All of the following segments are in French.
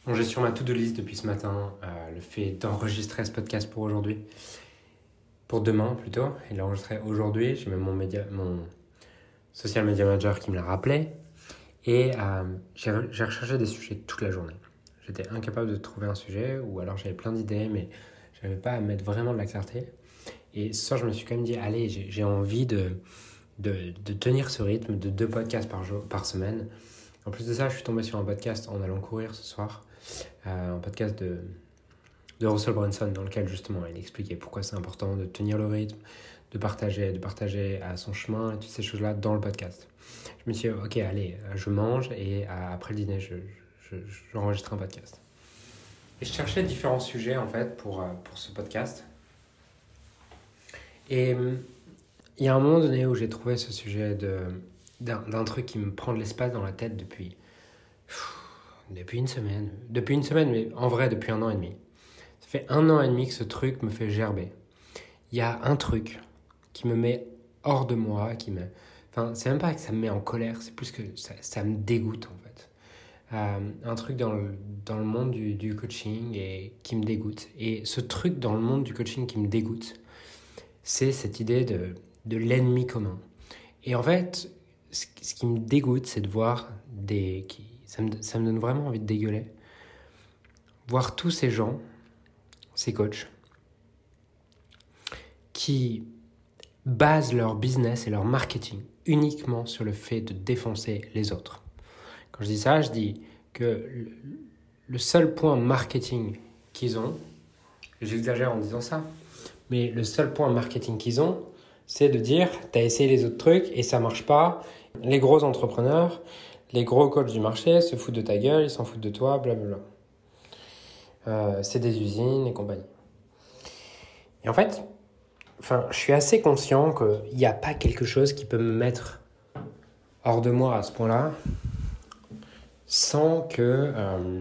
Bon, j'ai sur ma to-do list depuis ce matin le fait d'enregistrer ce podcast pour aujourd'hui. Pour demain plutôt. Et l'enregistrer aujourd'hui. J'ai même mon social media manager qui me l'a rappelé. Et j'ai recherché des sujets toute la journée. J'étais incapable de trouver un sujet, ou alors j'avais plein d'idées, mais je n'avais pas à mettre vraiment de la clarté. Et ce soir, je me suis quand même dit, allez, j'ai envie de tenir ce rythme de 2 podcasts par semaine. En plus de ça, je suis tombé sur un podcast en allant courir ce soir. Un podcast de Russell Brunson dans lequel justement il expliquait pourquoi c'est important de tenir le rythme, de partager à son chemin et toutes ces choses-là dans le podcast. Je me suis dit, ok, allez, je mange et après le dîner, j'enregistre un podcast. Et je cherchais différents sujets en fait pour ce podcast. Et il y a un moment donné où j'ai trouvé ce sujet d'un truc qui me prend de l'espace dans la tête depuis une semaine. Depuis une semaine, mais en vrai depuis 1 an et demi. Ça fait 1 an et demi que ce truc me fait gerber. Il y a un truc qui me met hors de moi, Enfin, c'est même pas que ça me met en colère, c'est plus que ça me dégoûte en fait. Un truc dans le monde du coaching et qui me dégoûte. Et ce truc dans le monde du coaching qui me dégoûte, c'est cette idée de l'ennemi commun. Et en fait, ce qui me dégoûte, c'est de voir ça me donne vraiment envie de dégueuler. Voir tous ces gens, ces coachs, qui basent leur business et leur marketing uniquement sur le fait de défoncer les autres. Quand je dis ça, je dis que le seul point marketing qu'ils ont, j'exagère en disant ça, mais le seul point marketing qu'ils ont, c'est de dire « t'as essayé les autres trucs et ça marche pas ». Les gros entrepreneurs, les gros coachs du marché se foutent de ta gueule, ils s'en foutent de toi, blablabla. C'est des usines et compagnie. Et en fait, je suis assez conscient qu'il n'y a pas quelque chose qui peut me mettre hors de moi à ce point-là sans que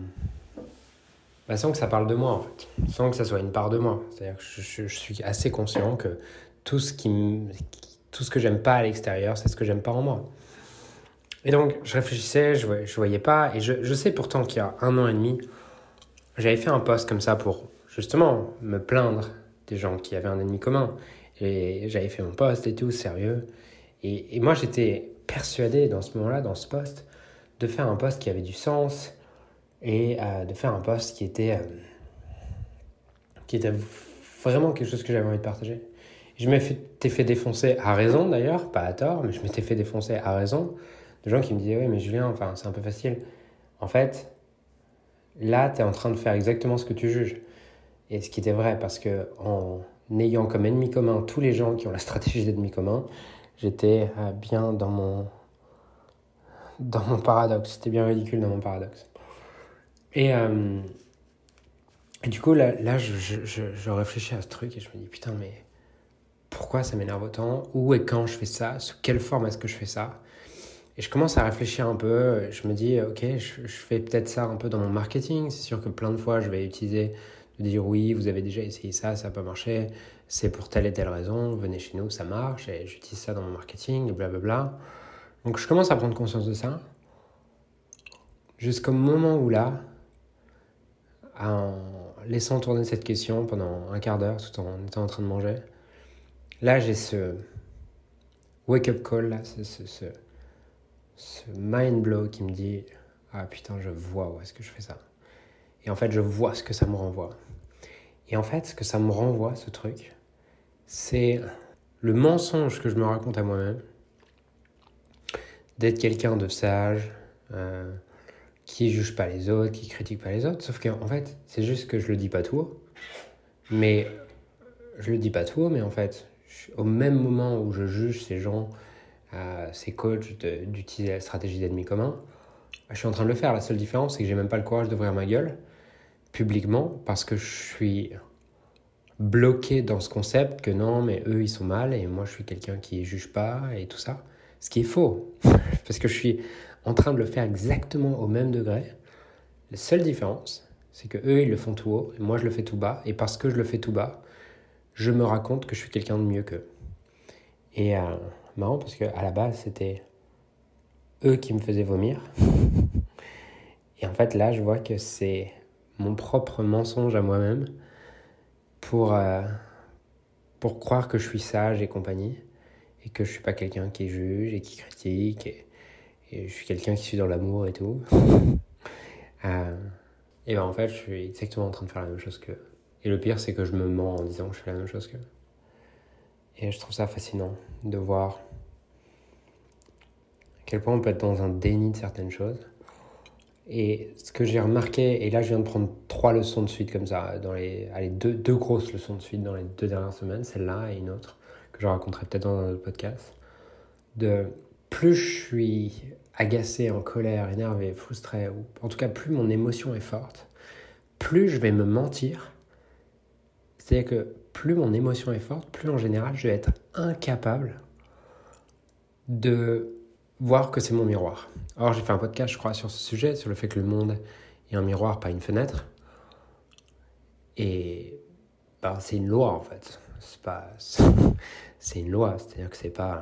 ça parle de moi en fait, sans que ça soit une part de moi. C'est-à-dire que je suis assez conscient que tout ce que j'aime pas à l'extérieur, c'est ce que j'aime pas en moi. Et donc je réfléchissais, je voyais pas, et je sais pourtant qu'il y a 1 an et demi, j'avais fait un post comme ça pour justement me plaindre des gens qui avaient un ennemi commun. Et j'avais fait mon post et tout, sérieux. Et moi, j'étais persuadé dans ce moment-là, dans ce post, de faire un post qui avait du sens et de faire un post qui était vraiment quelque chose que j'avais envie de partager. Je m'étais fait défoncer à raison d'ailleurs, pas à tort, mais je m'étais fait défoncer à raison de gens qui me disaient « Oui, mais Julien, enfin, c'est un peu facile. En fait, là, tu es en train de faire exactement ce que tu juges. » Et ce qui était vrai, parce que en ayant comme ennemi commun tous les gens qui ont la stratégie d'ennemi commun, j'étais bien dans mon paradoxe. C'était bien ridicule dans mon paradoxe. Et du coup, là je réfléchis à ce truc et je me dis, putain, mais pourquoi ça m'énerve autant? Où et quand je fais ça? Sous quelle forme est-ce que je fais ça? Et je commence à réfléchir un peu. Je me dis, ok, je fais peut-être ça un peu dans mon marketing. C'est sûr que plein de fois, je vais utiliser de dire oui, vous avez déjà essayé ça n'a pas marché, c'est pour telle et telle raison, venez chez nous, ça marche, et j'utilise ça dans mon marketing, et blablabla. Donc je commence à prendre conscience de ça, jusqu'au moment où là, en laissant tourner cette question pendant un quart d'heure, tout en étant en train de manger, là j'ai ce wake-up call, là, ce mind blow qui me dit « Ah putain, je vois où est-ce que je fais ça. » Et en fait, je vois ce que ça me renvoie. Et en fait, ce que ça me renvoie, ce truc, c'est le mensonge que je me raconte à moi-même d'être quelqu'un de sage, qui juge pas les autres, qui critique pas les autres. Sauf qu'en fait, c'est juste que je le dis pas tout haut. Mais en fait, au même moment où je juge ces gens, ces coachs d'utiliser la stratégie d'ennemi commun, je suis en train de le faire. La seule différence, c'est que j'ai même pas le courage d'ouvrir ma gueule publiquement parce que je suis bloqué dans ce concept que non, mais eux, ils sont mal et moi, je suis quelqu'un qui juge pas et tout ça. Ce qui est faux, parce que je suis en train de le faire exactement au même degré. La seule différence, c'est que eux, ils le font tout haut et moi, je le fais tout bas. Et parce que je le fais tout bas, je me raconte que je suis quelqu'un de mieux qu'eux. Et marrant, parce qu'à la base, c'était eux qui me faisaient vomir. Et en fait, là, je vois que c'est mon propre mensonge à moi-même pour croire que je suis sage et compagnie, et que je suis pas quelqu'un qui juge et qui critique, et je suis quelqu'un qui suis dans l'amour et tout. Et ben en fait, je suis exactement en train de faire la même chose qu'eux. Et le pire, c'est que je me mens en disant que je fais la même chose qu'eux. Et je trouve ça fascinant de voir à quel point on peut être dans un déni de certaines choses. Et ce que j'ai remarqué, et là je viens de prendre 3 leçons de suite comme ça, deux grosses leçons de suite dans les 2 dernières semaines, celle-là et une autre, que je raconterai peut-être dans un autre podcast, de plus je suis agacé, en colère, énervé, frustré, ou en tout cas plus mon émotion est forte, plus je vais me mentir. C'est-à-dire que plus mon émotion est forte, plus en général je vais être incapable de voir que c'est mon miroir. Alors j'ai fait un podcast, je crois, sur ce sujet, sur le fait que le monde est un miroir, pas une fenêtre. Et ben, c'est une loi en fait. C'est une loi, c'est-à-dire que c'est pas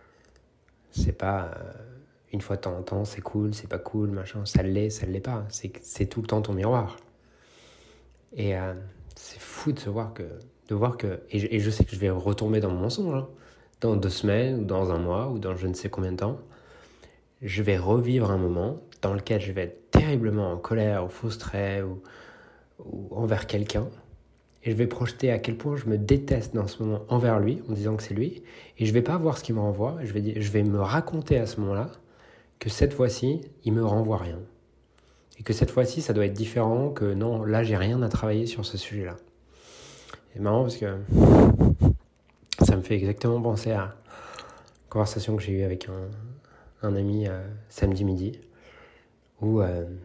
une fois de temps en temps, c'est cool, c'est pas cool, machin, ça l'est pas. C'est tout le temps ton miroir. Et c'est fou de voir que et je sais que je vais retomber dans mon mensonge, hein. Dans 2 semaines, ou dans un mois, ou dans je ne sais combien de temps, je vais revivre un moment dans lequel je vais être terriblement en colère, ou frustré, ou envers quelqu'un, et je vais projeter à quel point je me déteste dans ce moment envers lui, en disant que c'est lui, et je vais pas voir ce qu'il me renvoie, je vais me raconter à ce moment-là que cette fois-ci, il me renvoie rien. Et que cette fois-ci, ça doit être différent, que non, là, j'ai rien à travailler sur ce sujet-là. C'est marrant parce que ça me fait exactement penser à une conversation que j'ai eue avec un ami samedi midi, où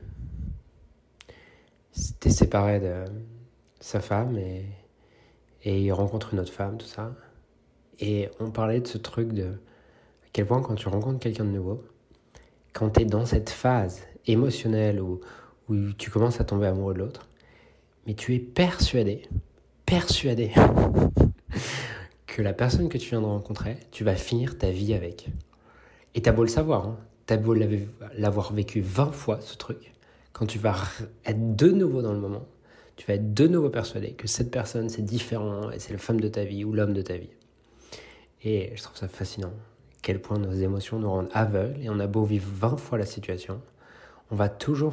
il s'était séparé de sa femme et il rencontre une autre femme, tout ça. Et on parlait de ce truc de à quel point quand tu rencontres quelqu'un de nouveau, quand tu es dans cette phase émotionnelle où tu commences à tomber amoureux de l'autre, mais tu es persuadé que la personne que tu viens de rencontrer, tu vas finir ta vie avec. Et t'as beau le savoir, hein, t'as beau l'avoir vécu 20 fois ce truc, quand tu vas être de nouveau dans le moment, tu vas être de nouveau persuadé que cette personne c'est différent et c'est la femme de ta vie ou l'homme de ta vie. Et je trouve ça fascinant, à quel point nos émotions nous rendent aveugles, et on a beau vivre 20 fois la situation, on va toujours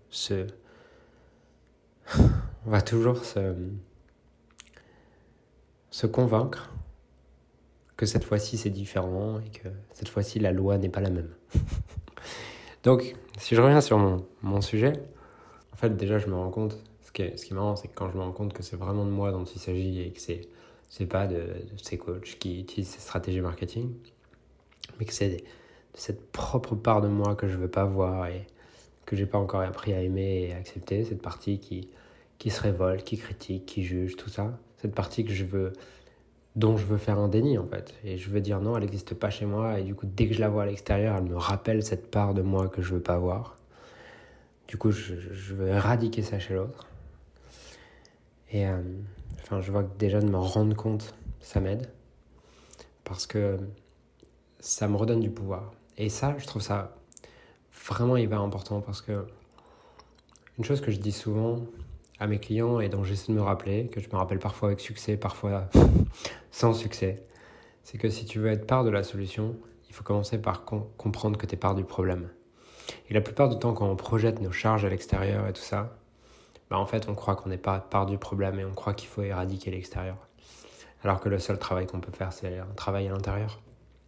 se convaincre que cette fois-ci c'est différent et que cette fois-ci la loi n'est pas la même. Donc, si je reviens sur mon sujet, en fait déjà je me rends compte, ce qui est marrant, c'est que quand je me rends compte que c'est vraiment de moi dont il s'agit et que c'est pas de ces coachs qui utilisent ces stratégies marketing, mais que c'est de cette propre part de moi que je veux pas voir et que j'ai pas encore appris à aimer et à accepter, cette partie qui se révolte, qui critique, qui juge, tout ça, cette partie dont je veux faire un déni en fait, et je veux dire non, elle n'existe pas chez moi, et du coup dès que je la vois à l'extérieur, elle me rappelle cette part de moi que je veux pas voir. Du coup je veux éradiquer ça chez l'autre, et je vois que déjà de me rendre compte ça m'aide, parce que ça me redonne du pouvoir, et ça je trouve ça vraiment hyper important, parce que une chose que je dis souvent à mes clients et dont j'essaie de me rappeler, que je me rappelle parfois avec succès, parfois sans succès, c'est que si tu veux être part de la solution, il faut commencer par comprendre que tu es part du problème. Et la plupart du temps, quand on projette nos charges à l'extérieur et tout ça, en fait, on croit qu'on n'est pas part du problème et on croit qu'il faut éradiquer l'extérieur. Alors que le seul travail qu'on peut faire, c'est un travail à l'intérieur.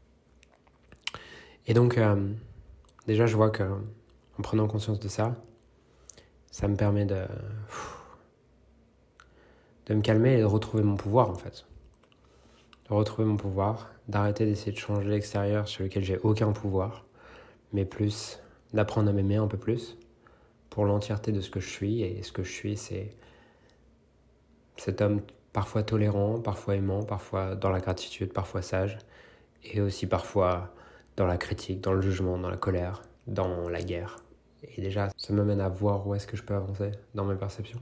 Et donc, déjà, je vois qu'en prenant conscience de ça, ça me permet de me calmer et de retrouver mon pouvoir, en fait. De retrouver mon pouvoir, d'arrêter d'essayer de changer l'extérieur sur lequel j'ai aucun pouvoir, mais plus d'apprendre à m'aimer un peu plus pour l'entièreté de ce que je suis. Et ce que je suis, c'est cet homme parfois tolérant, parfois aimant, parfois dans la gratitude, parfois sage, et aussi parfois dans la critique, dans le jugement, dans la colère, dans la guerre. Et déjà, ça me mène à voir où est-ce que je peux avancer dans mes perceptions.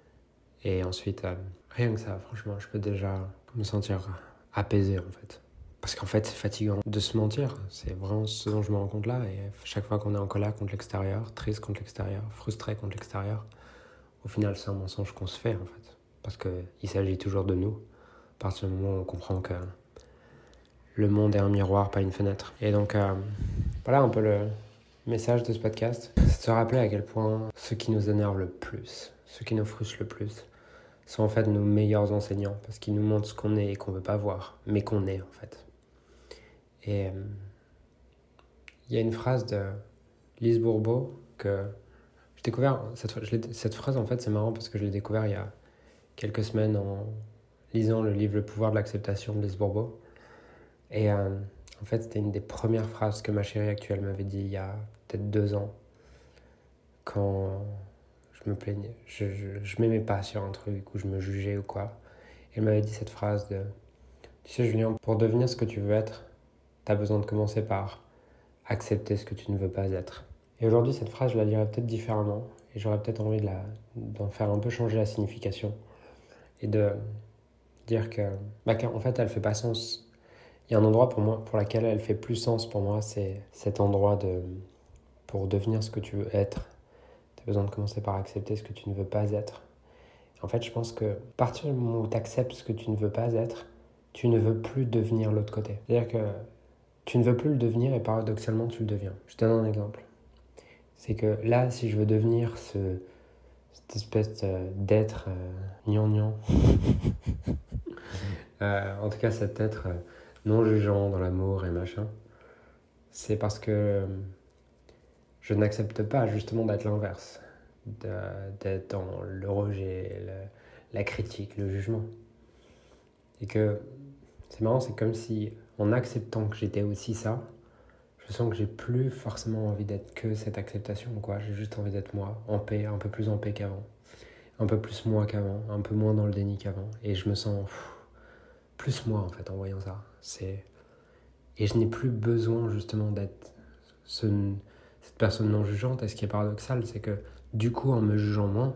Et ensuite, rien que ça, franchement, je peux déjà me sentir apaisé en fait. Parce qu'en fait, c'est fatigant de se mentir. C'est vraiment ce dont je me rends compte là. Et chaque fois qu'on est en colère contre l'extérieur, triste contre l'extérieur, frustré contre l'extérieur, au final, c'est un mensonge qu'on se fait, en fait. Parce qu'il s'agit toujours de nous. À partir du moment où on comprend que le monde est un miroir, pas une fenêtre. Et donc, voilà un peu le message de ce podcast. C'est de se rappeler à quel point ce qui nous énerve le plus, ce qui nous frustre le plus, sont en fait nos meilleurs enseignants. Parce qu'ils nous montrent ce qu'on est et qu'on veut pas voir, mais qu'on est, en fait. Et il y a une phrase de Lise Bourbeau que j'ai découvert. Cette phrase, en fait, c'est marrant parce que je l'ai découvert il y a quelques semaines en lisant le livre Le pouvoir de l'acceptation de Lise Bourbeau. Et en fait, c'était une des premières phrases que ma chérie actuelle m'avait dit il y a peut-être 2 ans, quand je me plaignais, je m'aimais pas sur un truc ou je me jugeais ou quoi. Elle m'avait dit cette phrase de tu sais, Julien, pour devenir ce que tu veux être, t'as besoin de commencer par accepter ce que tu ne veux pas être. Et aujourd'hui, cette phrase, je la dirais peut-être différemment et j'aurais peut-être envie d'en faire un peu changer la signification et de dire qu'en fait, elle fait pas sens. Il y a un endroit pour lequel elle fait plus sens pour moi, c'est cet endroit pour devenir ce que tu veux être, tu as besoin de commencer par accepter ce que tu ne veux pas être. En fait, je pense que à partir du moment où tu acceptes ce que tu ne veux pas être, tu ne veux plus devenir l'autre côté. C'est-à-dire que tu ne veux plus le devenir et paradoxalement, tu le deviens. Je te donne un exemple. C'est que là, si je veux devenir cette espèce d'être gnangnan, en tout cas cet être non jugeant dans l'amour et machin, c'est parce que je n'accepte pas justement d'être l'inverse, d'être dans le rejet, la critique, le jugement. Et que c'est marrant, c'est comme si en acceptant que j'étais aussi ça, je sens que j'ai plus forcément envie d'être que cette acceptation, quoi. J'ai juste envie d'être moi, en paix, un peu plus en paix qu'avant, un peu plus moi qu'avant, un peu moins dans le déni qu'avant. Et je me sens plus moi en fait en voyant ça. Et je n'ai plus besoin justement d'être cette personne non jugeante. Et ce qui est paradoxal, c'est que du coup, en me jugeant moins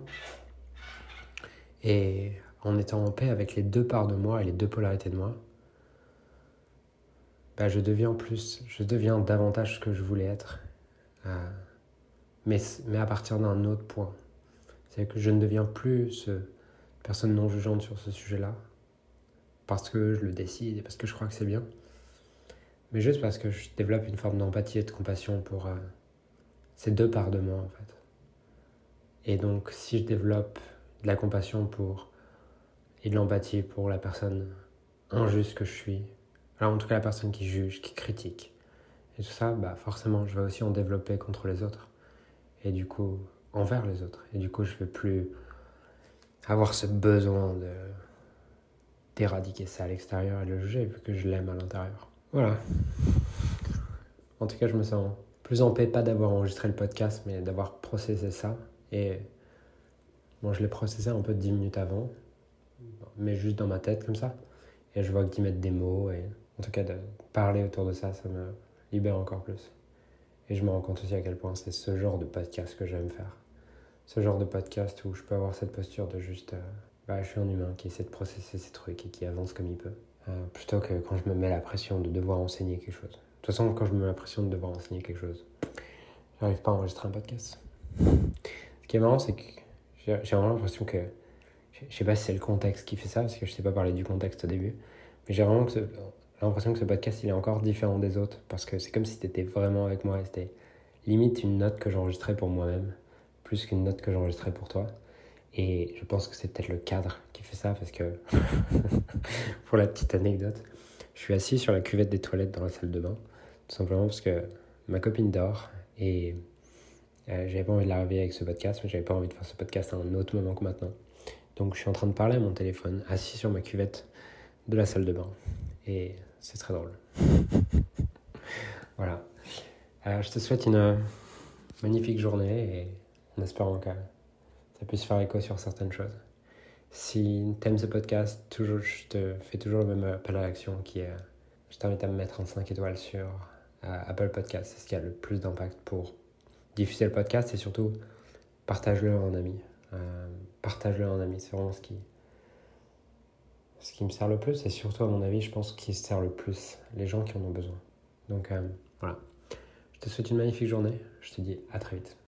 et en étant en paix avec les deux parts de moi et les deux polarités de moi, je deviens davantage ce que je voulais être. Mais à partir d'un autre point. C'est que je ne deviens plus cette personne non jugeante sur ce sujet-là, parce que je le décide et parce que je crois que c'est bien, mais juste parce que je développe une forme d'empathie et de compassion pour ces deux parts de moi, en fait. Et donc, si je développe de la compassion et de l'empathie pour la personne injuste que je suis, alors en tout cas la personne qui juge, qui critique, et tout ça, forcément, je vais aussi en développer contre les autres. Et du coup, envers les autres. Et du coup, je ne vais plus avoir ce besoin d'éradiquer ça à l'extérieur et de le juger, vu que je l'aime à l'intérieur. Voilà. En tout cas, je me sens plus en paix, pas d'avoir enregistré le podcast, mais d'avoir processé ça. Et bon, je l'ai processé un peu 10 minutes avant, mais juste dans ma tête comme ça. Et je vois que d'y mettre des mots, et en tout cas de parler autour de ça, ça me libère encore plus. Et je me rends compte aussi à quel point c'est ce genre de podcast que j'aime faire. Ce genre de podcast où je peux avoir cette posture de juste... je suis un humain qui essaie de processer ces trucs et qui avance comme il peut. Plutôt que quand je me mets la pression de devoir enseigner quelque chose. De toute façon, quand je me mets la pression de devoir enseigner quelque chose, j'arrive pas à enregistrer un podcast. Ce qui est marrant, c'est que j'ai vraiment l'impression que... Je sais pas si c'est le contexte qui fait ça, parce que je sais pas parler du contexte au début. Mais j'ai vraiment l'impression que ce podcast, il est encore différent des autres. Parce que c'est comme si t'étais vraiment avec moi. Et c'était limite une note que j'enregistrais pour moi-même, plus qu'une note que j'enregistrais pour toi. Et je pense que c'est peut-être le cadre qui fait ça, parce que, pour la petite anecdote, je suis assis sur la cuvette des toilettes dans la salle de bain, tout simplement parce que ma copine dort, et j'avais pas envie de la réveiller avec ce podcast, mais j'avais pas envie de faire ce podcast à un autre moment que maintenant. Donc je suis en train de parler à mon téléphone, assis sur ma cuvette de la salle de bain, et c'est très drôle. Voilà. Je te souhaite une magnifique journée, et en espérant que ça puisse faire écho sur certaines choses. Si t'aimes ce podcast, je te fais toujours le même appel à l'action qui est, je t'invite à me mettre en 5 étoiles sur Apple Podcast. C'est ce qui a le plus d'impact pour diffuser le podcast, et surtout partage-le en ami. Partage-le en ami, c'est vraiment ce qui me sert le plus, et surtout à mon avis, je pense qu'il sert le plus les gens qui en ont besoin. Donc voilà. Je te souhaite une magnifique journée. Je te dis à très vite.